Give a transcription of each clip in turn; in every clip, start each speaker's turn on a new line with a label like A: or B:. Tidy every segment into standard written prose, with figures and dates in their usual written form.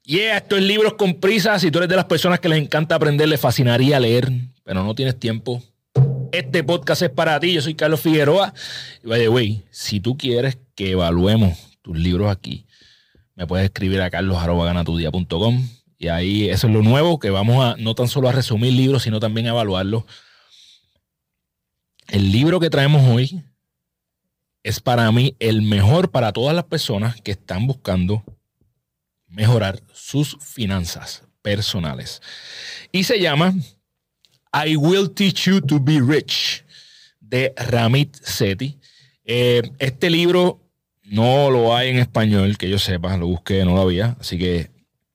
A: Esto es Libros con Prisa. Si tú eres de las personas que les encanta aprender, les fascinaría leer, pero no tienes tiempo, este podcast es para ti. Yo soy Carlos Figueroa. Y by the way, si tú quieres que evaluemos tus libros aquí, me puedes escribir a carlos@ganatudia.com. Y ahí eso es lo nuevo, que vamos a no tan solo a resumir libros, sino también a evaluarlos. El libro que traemos hoy es para mí el mejor para todas las personas que están buscando mejorar sus finanzas personales. Y se llama I Will Teach You to Be Rich, de Ramit Sethi. Este libro no lo hay en español, que yo sepa, lo busqué, no lo había. Así que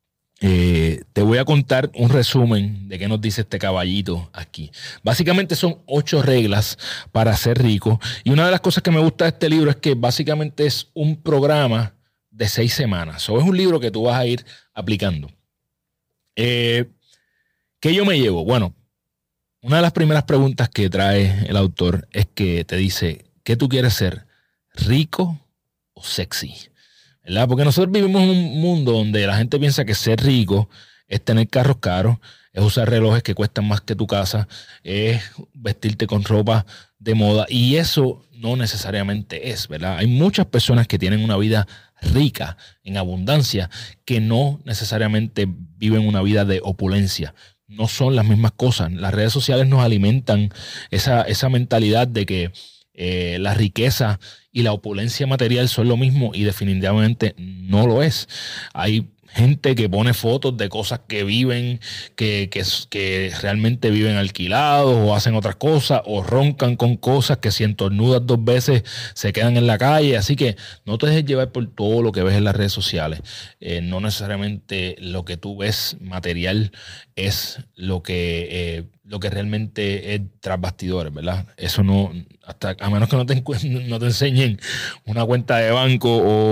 A: te voy a contar un resumen de qué nos dice este caballito aquí. Básicamente son 8 reglas para ser rico. Y una de las cosas que me gusta de este libro es que básicamente es un programa de 6 semanas. O es un libro que tú vas a ir aplicando. ¿Qué yo me llevo? Bueno, una de las primeras preguntas que trae el autor es que te dice, ¿qué tú quieres ser? ¿Rico o sexy? ¿Verdad? Porque nosotros vivimos en un mundo donde la gente piensa que ser rico es tener carros caros, es usar relojes que cuestan más que tu casa, es vestirte con ropa de moda, y eso no necesariamente es, ¿verdad? Hay muchas personas que tienen una vida rica, en abundancia, que no necesariamente viven una vida de opulencia. No son las mismas cosas. Las redes sociales nos alimentan esa mentalidad de que la riqueza y la opulencia material son lo mismo, y definitivamente no lo es. Hay gente que pone fotos de cosas que viven, que realmente viven alquilados o hacen otras cosas, o roncan con cosas que si entornudas 2 veces se quedan en la calle. Así que no te dejes llevar por todo lo que ves en las redes sociales. No necesariamente lo que tú ves material es lo que realmente es tras bastidores, ¿verdad? Eso no, hasta a menos que no te enseñen una cuenta de banco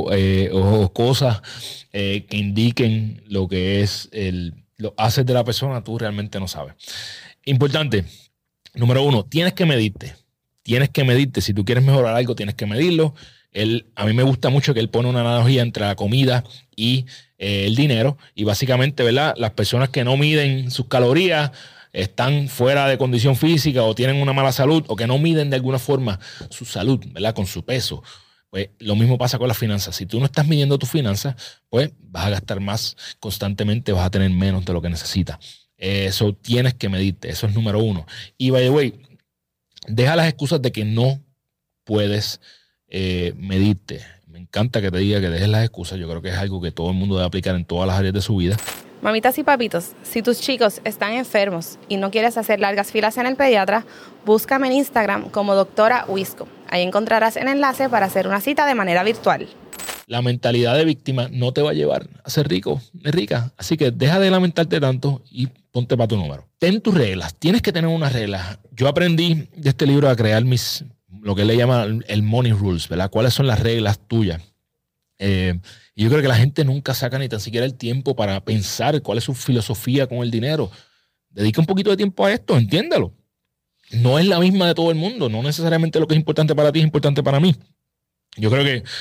A: o cosas que indiquen lo que es los assets de la persona, tú realmente no sabes. Importante, número 1, tienes que medirte. Tienes que medirte. Si tú quieres mejorar algo, tienes que medirlo. A mí me gusta mucho que él pone una analogía entre la comida y el dinero. Y básicamente, ¿verdad? Las personas que no miden sus calorías están fuera de condición física o tienen una mala salud, o que no miden de alguna forma su salud, ¿verdad? Con su peso. Pues lo mismo pasa con las finanzas. Si tú no estás midiendo tus finanzas, pues vas a gastar más constantemente, vas a tener menos de lo que necesitas. Eso tienes que medirte. Eso es número 1. Y by the way, deja las excusas de que no puedes medirte. Me encanta que te diga que dejes las excusas. Yo creo que es algo que todo el mundo debe aplicar en todas las áreas de su vida.
B: Mamitas y papitos, si tus chicos están enfermos y no quieres hacer largas filas en el pediatra, búscame en Instagram como Doctora Wisco. Ahí encontrarás el enlace para hacer una cita de manera virtual.
A: La mentalidad de víctima no te va a llevar a ser rico ni rica. Así que deja de lamentarte tanto y ponte para tu número. Ten tus reglas. Tienes que tener unas reglas. Yo aprendí de este libro a crear lo que él le llama el money rules, ¿verdad? ¿Cuáles son las reglas tuyas? Y yo creo que la gente nunca saca ni tan siquiera el tiempo para pensar cuál es su filosofía con el dinero. Dedica un poquito de tiempo a esto, entiéndelo. No es la misma de todo el mundo. No necesariamente lo que es importante para ti es importante para mí. Yo creo que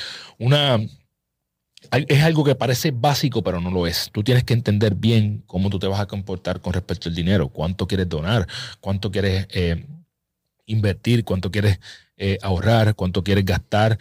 A: es algo que parece básico, pero no lo es. Tú tienes que entender bien cómo tú te vas a comportar con respecto al dinero. Cuánto quieres donar, cuánto quieres invertir, cuánto quieres ahorrar, cuánto quieres gastar.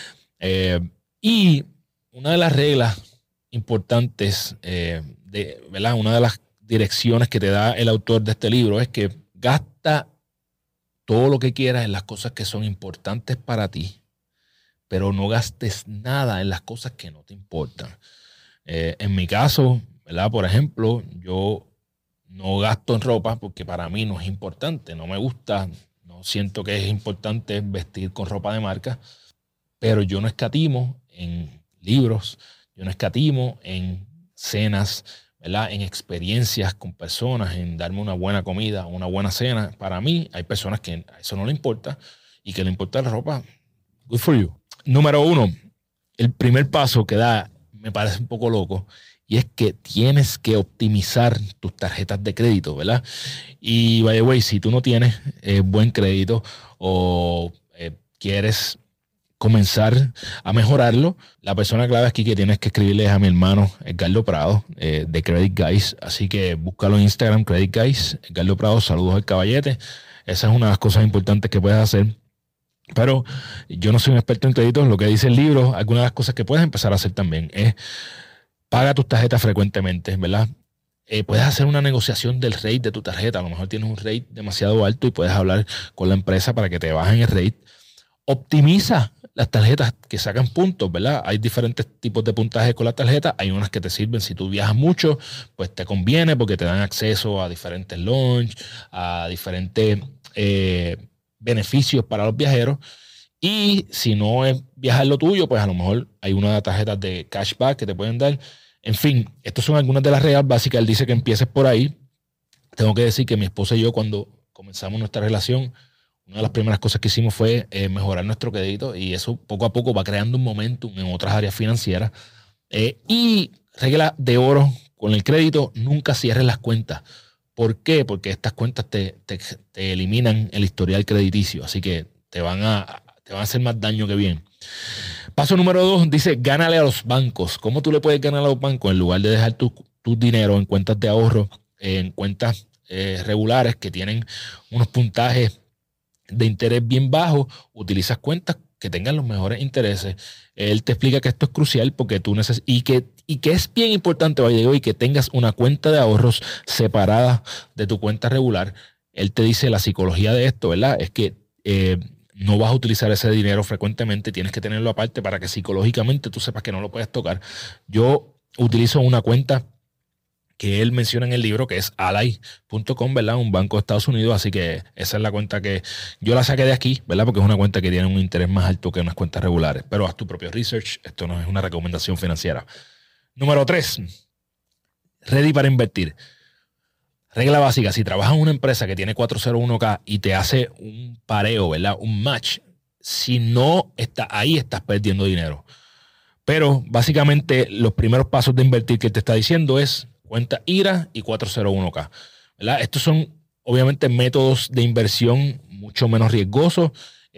A: Y una de las reglas importantes, ¿verdad? Una de las direcciones que te da el autor de este libro es que gasta todo lo que quieras en las cosas que son importantes para ti, pero no gastes nada en las cosas que no te importan. En mi caso, ¿verdad? Por ejemplo, yo no gasto en ropa porque para mí no es importante, no me gusta, no siento que es importante vestir con ropa de marca, pero yo no escatimo en libros, yo no escatimo en cenas, ¿verdad? En experiencias con personas, en darme una buena comida, una buena cena. Para mí, hay personas que a eso no le importa y que le importa la ropa. Good for you. Número 1, el primer paso que da me parece un poco loco, y es que tienes que optimizar tus tarjetas de crédito, ¿verdad? Y by the way, si tú no tienes buen crédito o quieres comenzar a mejorarlo. La persona clave aquí que tienes que escribirle es a mi hermano Edgardo Prado, de Credit Guys. Así que búscalo en Instagram, Credit Guys. Edgardo Prado, saludos al caballete. Esa es una de las cosas importantes que puedes hacer. Pero yo no soy un experto en créditos. Lo que dice el libro, algunas de las cosas que puedes empezar a hacer también es paga tus tarjetas frecuentemente, ¿verdad? Puedes hacer una negociación del rate de tu tarjeta. A lo mejor tienes un rate demasiado alto y puedes hablar con la empresa para que te bajen el rate. Optimiza las tarjetas que sacan puntos, ¿verdad? Hay diferentes tipos de puntaje con la tarjeta. Hay unas que te sirven si tú viajas mucho, pues te conviene porque te dan acceso a diferentes lounge, a diferentes beneficios para los viajeros. Y si no es viajar lo tuyo, pues a lo mejor hay unas tarjetas de cashback que te pueden dar. En fin, estas son algunas de las reglas básicas. Él dice que empieces por ahí. Tengo que decir que mi esposa y yo, cuando comenzamos nuestra relación, una de las primeras cosas que hicimos fue mejorar nuestro crédito, y eso poco a poco va creando un momentum en otras áreas financieras. Y regla de oro con el crédito: nunca cierres las cuentas. ¿Por qué? Porque estas cuentas te eliminan el historial crediticio, así que te van a hacer más daño que bien. Paso número 2 dice: gánale a los bancos. ¿Cómo tú le puedes ganar a los bancos? En lugar de dejar tu dinero en cuentas de ahorro, en cuentas regulares que tienen unos puntajes de interés bien bajos, utilizas cuentas que tengan los mejores intereses. Él te explica que esto es crucial porque tú necesitas, y que es bien importante, hoy que tengas una cuenta de ahorros separada de tu cuenta regular. Él te dice la psicología de esto, ¿verdad? Es que no vas a utilizar ese dinero frecuentemente, tienes que tenerlo aparte para que psicológicamente tú sepas que no lo puedes tocar. Yo utilizo una cuenta que él menciona en el libro, que es Ally.com, ¿verdad? Un banco de Estados Unidos, así que esa es la cuenta que yo la saqué de aquí, ¿verdad? Porque es una cuenta que tiene un interés más alto que unas cuentas regulares. Pero haz tu propio research, esto no es una recomendación financiera. Número 3, ready para invertir. Regla básica: si trabajas en una empresa que tiene 401k y te hace un pareo, ¿verdad? Un match, si no está ahí, estás perdiendo dinero. Pero básicamente los primeros pasos de invertir que te está diciendo es cuenta IRA y 401k, ¿verdad? Estos son obviamente métodos de inversión mucho menos riesgosos,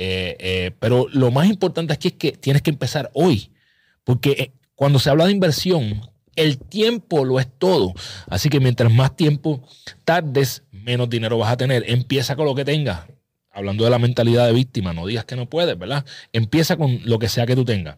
A: pero lo más importante aquí es que tienes que empezar hoy, porque cuando se habla de inversión, el tiempo lo es todo. Así que mientras más tiempo tardes, menos dinero vas a tener. Empieza con lo que tengas. Hablando de la mentalidad de víctima, no digas que no puedes, ¿verdad? Empieza con lo que sea que tú tengas.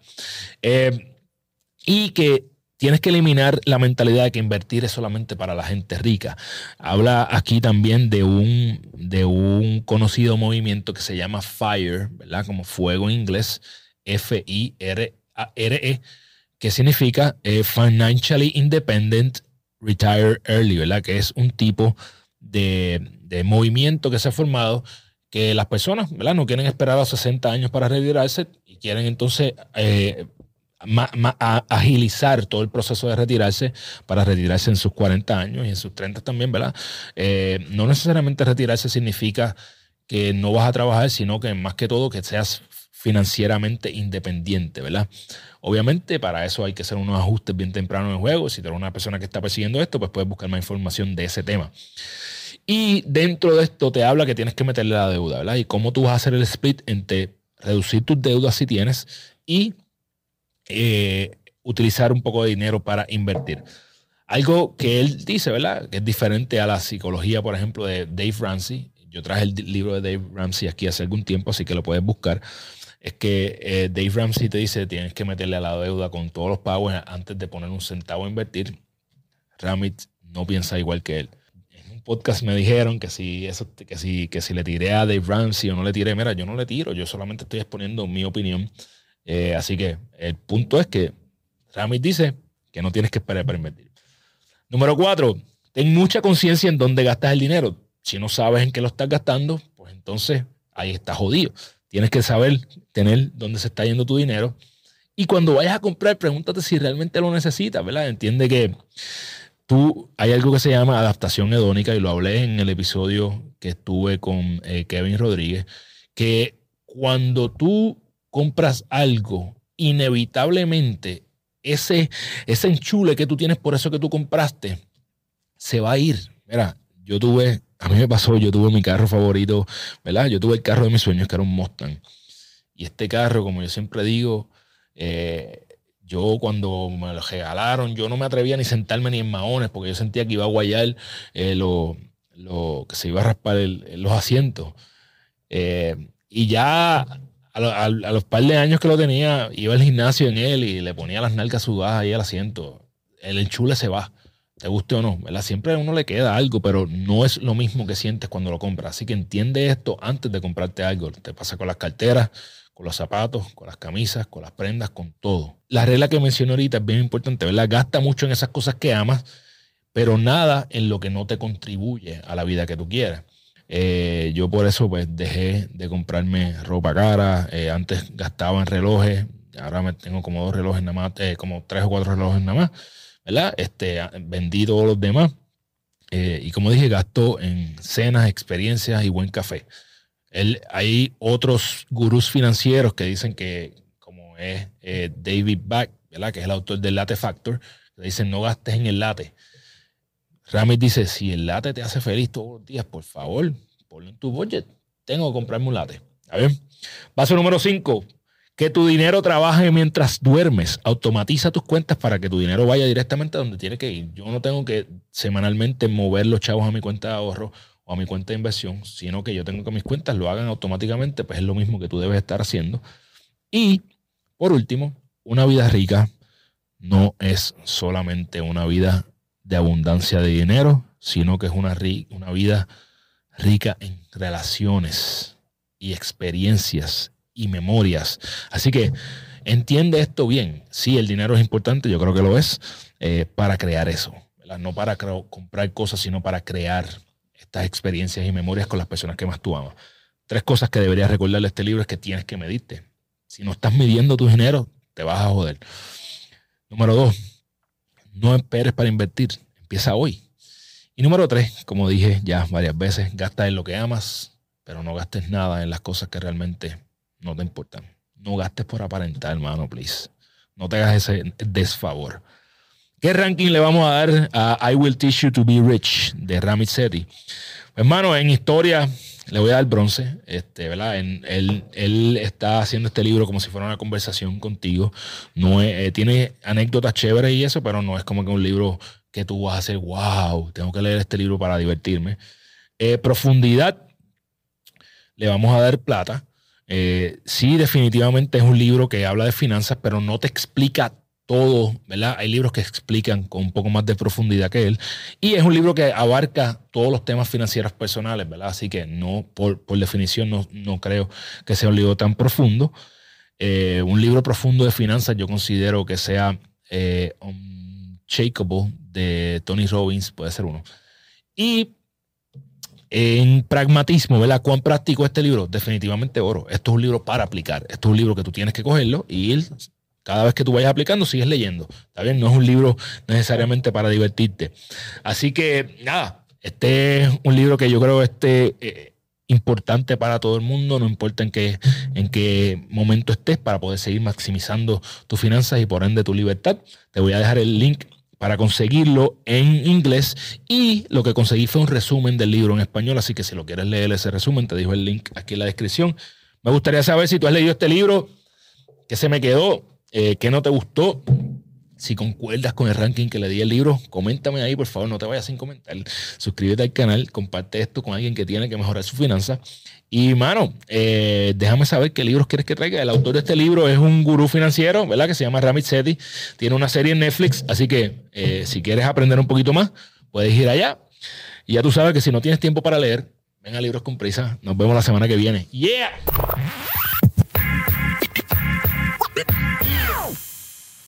A: Y que tienes que eliminar la mentalidad de que invertir es solamente para la gente rica. Habla aquí también de un conocido movimiento que se llama FIRE, ¿verdad? Como fuego en inglés, FIRE, que significa Financially Independent Retire Early, ¿verdad? Que es un tipo de movimiento que se ha formado, que las personas, ¿verdad?, no quieren esperar a los 60 años para retirarse y quieren entonces agilizar todo el proceso de retirarse para retirarse en sus 40 años y en sus 30 también, ¿verdad? No necesariamente retirarse significa que no vas a trabajar, sino que más que todo que seas financieramente independiente, ¿verdad? Obviamente para eso hay que hacer unos ajustes bien temprano en el juego. Si tú eres una persona que está persiguiendo esto, pues puedes buscar más información de ese tema. Y dentro de esto te habla que tienes que meterle la deuda, ¿verdad? Y cómo tú vas a hacer el split entre reducir tus deudas si tienes y utilizar un poco de dinero para invertir. Algo que él dice, ¿verdad?, que es diferente a la psicología, por ejemplo, de Dave Ramsey. Yo traje el libro de Dave Ramsey aquí hace algún tiempo, así que lo puedes buscar. Es que Dave Ramsey te dice: tienes que meterle a la deuda con todos los pagos antes de poner un centavo a invertir. Ramit no piensa igual que él. En un podcast me dijeron que si le tiré a Dave Ramsey o no le tiré. Mira, yo no le tiro, yo solamente estoy exponiendo mi opinión. Así que el punto es que Ramit dice que no tienes que esperar para invertir. Número 4, ten mucha conciencia en dónde gastas el dinero. Si no sabes en qué lo estás gastando, pues entonces ahí estás jodido. Tienes que saber tener dónde se está yendo tu dinero. Y cuando vayas a comprar, pregúntate si realmente lo necesitas, ¿verdad? Entiende que hay algo que se llama adaptación hedónica, y lo hablé en el episodio que estuve con Kevin Rodríguez, que cuando tú compras algo, inevitablemente ese enchule que tú tienes por eso que tú compraste se va a ir. Mira, a mí me pasó, yo tuve mi carro favorito, ¿verdad? Yo tuve el carro de mis sueños, que era un Mustang. Y este carro, como yo siempre digo, yo cuando me lo regalaron, yo no me atrevía ni sentarme ni en mahones porque yo sentía que iba a guayar lo que se iba a raspar los asientos. Y ya a los par de años que lo tenía, iba al gimnasio en él y le ponía las nalgas sudadas ahí al asiento. El enchule se va, te guste o no, ¿verdad? Siempre a uno le queda algo, pero no es lo mismo que sientes cuando lo compras. Así que entiende esto antes de comprarte algo. Te pasa con las carteras, con los zapatos, con las camisas, con las prendas, con todo. La regla que mencioné ahorita es bien importante, ¿verdad? Gasta mucho en esas cosas que amas, pero nada en lo que no te contribuye a la vida que tú quieras. Yo por eso pues dejé de comprarme ropa cara. Antes gastaba en relojes, ahora me tengo como 2 relojes nada más, como 3 o 4 relojes nada más, ¿verdad? Vendí todos los demás. Y como dije, gasto en cenas, experiencias y buen café. Hay otros gurús financieros que dicen que, como es David Back, ¿verdad? Que es el autor del Latte Factor, que dicen no gastes en el latte. Ramit dice, si el latte te hace feliz todos los días, por favor, ponlo en tu budget. Tengo que comprarme un latte. ¿Está bien? Paso número 5. Que tu dinero trabaje mientras duermes. Automatiza tus cuentas para que tu dinero vaya directamente a donde tiene que ir. Yo no tengo que semanalmente mover los chavos a mi cuenta de ahorro o a mi cuenta de inversión, sino que yo tengo que mis cuentas lo hagan automáticamente, pues es lo mismo que tú debes estar haciendo. Y, por último, una vida rica no es solamente una vida de abundancia de dinero, sino que es una vida rica en relaciones y experiencias y memorias. Así que entiende esto bien. Sí, el dinero es importante, yo creo que lo es, para crear eso, ¿verdad? No para comprar cosas, sino para crear estas experiencias y memorias con las personas que más tú amas. 3 cosas que deberías recordarle a este libro es que tienes que medirte. Si no estás midiendo tu dinero, te vas a joder. Número 2. No esperes para invertir, empieza hoy. Y número 3, como dije ya varias veces, gasta en lo que amas, pero no gastes nada en las cosas que realmente no te importan. No gastes por aparentar, hermano, please. No te hagas ese desfavor. ¿Qué ranking le vamos a dar a I Will Teach You to Be Rich de Ramit Sethi? Pues, hermano, en historia le voy a dar bronce, ¿verdad? Él está haciendo este libro como si fuera una conversación contigo. No tiene anécdotas chéveres y eso, pero no es como que un libro que tú vas a hacer, wow, tengo que leer este libro para divertirme. Profundidad, le vamos a dar plata. Sí, definitivamente es un libro que habla de finanzas, pero no te explica todo, ¿verdad? Hay libros que explican con un poco más de profundidad que él. Y es un libro que abarca todos los temas financieros personales, ¿verdad? Así que no, por definición, no creo que sea un libro tan profundo. Un libro profundo de finanzas yo considero que sea Unshakable de Tony Robbins, puede ser uno. Y en pragmatismo, ¿verdad? ¿Cuán práctico es este libro? Definitivamente oro. Esto es un libro para aplicar. Esto es un libro que tú tienes que cogerlo y ir. Cada vez que tú vayas aplicando, sigues leyendo. ¿Está bien? No es un libro necesariamente para divertirte. Así que, nada, este es un libro que yo creo importante para todo el mundo, no importa en qué momento estés, para poder seguir maximizando tus finanzas y por ende tu libertad. Te voy a dejar el link para conseguirlo en inglés y lo que conseguí fue un resumen del libro en español, así que si lo quieres leer ese resumen, te dejo el link aquí en la descripción. Me gustaría saber si tú has leído este libro, qué se me quedó, qué no te gustó. Si concuerdas con el ranking que le di al libro, coméntame ahí, por favor, no te vayas sin comentar. Suscríbete al canal, comparte esto con alguien que tiene que mejorar su finanza. Y, mano, déjame saber qué libros quieres que traiga. El autor de este libro es un gurú financiero, ¿verdad? Que se llama Ramit Sethi. Tiene una serie en Netflix, así que si quieres aprender un poquito más, puedes ir allá. Y ya tú sabes que si no tienes tiempo para leer, ven a Libros con Prisa. Nos vemos la semana que viene. ¡Yeah!